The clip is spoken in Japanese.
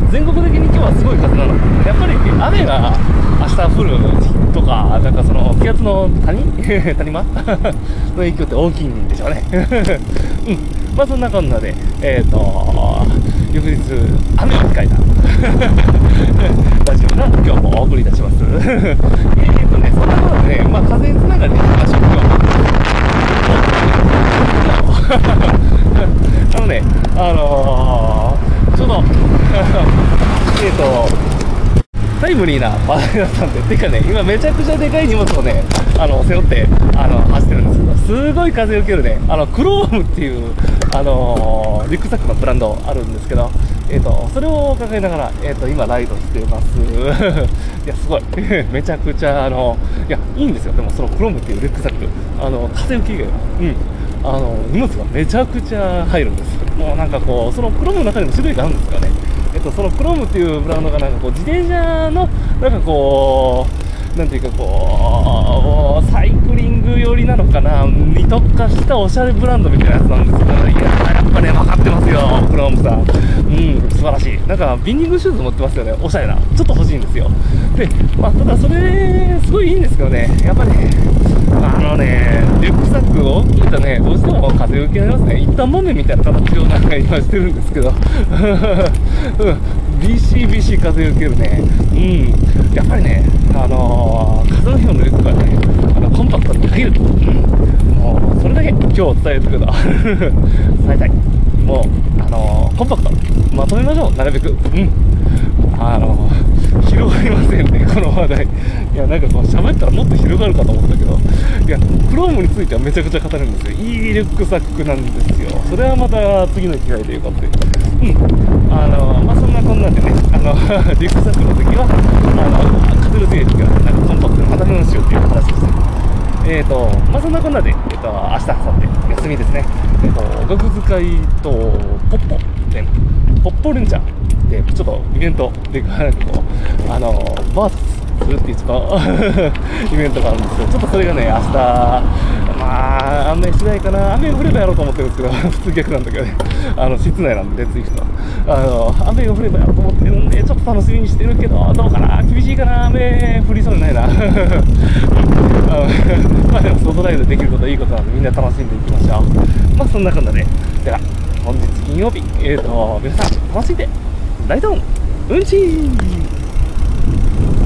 全国的に今日はすごい風なの。やっぱり雨が明日降るとか、なんかその気圧の谷谷間の影響って大きいんでしょうね。うん。まあそんなこんなで、翌日、雨を控えたラジオが今日もお送りいたします。そんなことでね、まあ風つながりでいきましょう、今日も。ね、ちょうどタイムリーな話題だったんで、てかね、今めちゃくちゃでかい荷物をね、背負って、走ってるんですけど、すごい風を受けるね、クロームっていう、リュックサックのブランドあるんですけど、それを抱えながら、今ライドしてます。いや、すごい。めちゃくちゃ、いや、いいんですよ。でも、そのクロームっていうリュックサック、風受けが、荷物がめちゃくちゃ入るんです。もうなんかこう、そのクロームの中にも種類があるんですかね。そのクロームっていうブランドがなんかこう、自転車の、なんかこう、なんていうかこう、サイクリング寄りなのかな、に特化したおしゃれブランドみたいなやつなんですけど、いや、やっぱね、分かってますよ、クロームさん。素晴らしい。なんか、ビンディングシューズ持ってますよね、おしゃれな。ちょっと欲しいんですよ。で、まあ、ただそれ、すごいいいんですけどね、やっぱり、リュックサック大きいとね、どうしても風受けになりますね。一旦豆みたいな形をなんか今してるんですけど、ビシビシ風受けるね。やっぱりね、風の日のリュックはね、コンパクトに限る。もう、それだけ今日伝えるけど、伝えたい。もう、コンパクト。まとめましょう、なるべく。広がりませんね、この話題。いや、なんかこう、喋ったらもっと広がるかと思ったけど、いや、クロームについてはめちゃくちゃ語るんですよ。いいリュックサックなんですよ。それはまた次の機会ということで。まあ、そんなこんなんでね、リュックサックの時は、風の強い時は、なんかコンパクトにまとめましょうっていう話でした。まあ、そんなこんなで、明日、明後日、休みですね。学使いと、ポッポ、ね、ポッポレンジャーで、ちょっとイベントで、なんかこう、バースするっていうちょっとイベントがあるんですけど、ちょっとそれがね、明日、まあ、雨次第かな、雨が降ればやろうと思ってるんですけど、普通逆なんだけどね、室内なんで、ツイフト。雨が降ればやろうと思ってるんで、ちょっと楽しみにしてるけど、どうかな、厳しいかな、雨降りそうにないな。まあでも、外ライドできることはいいことなんで、みんな楽しんでいきましょう。まあ、そんなこんなで、では、本日金曜日、皆さん、楽しんで、ライドオン、うんちー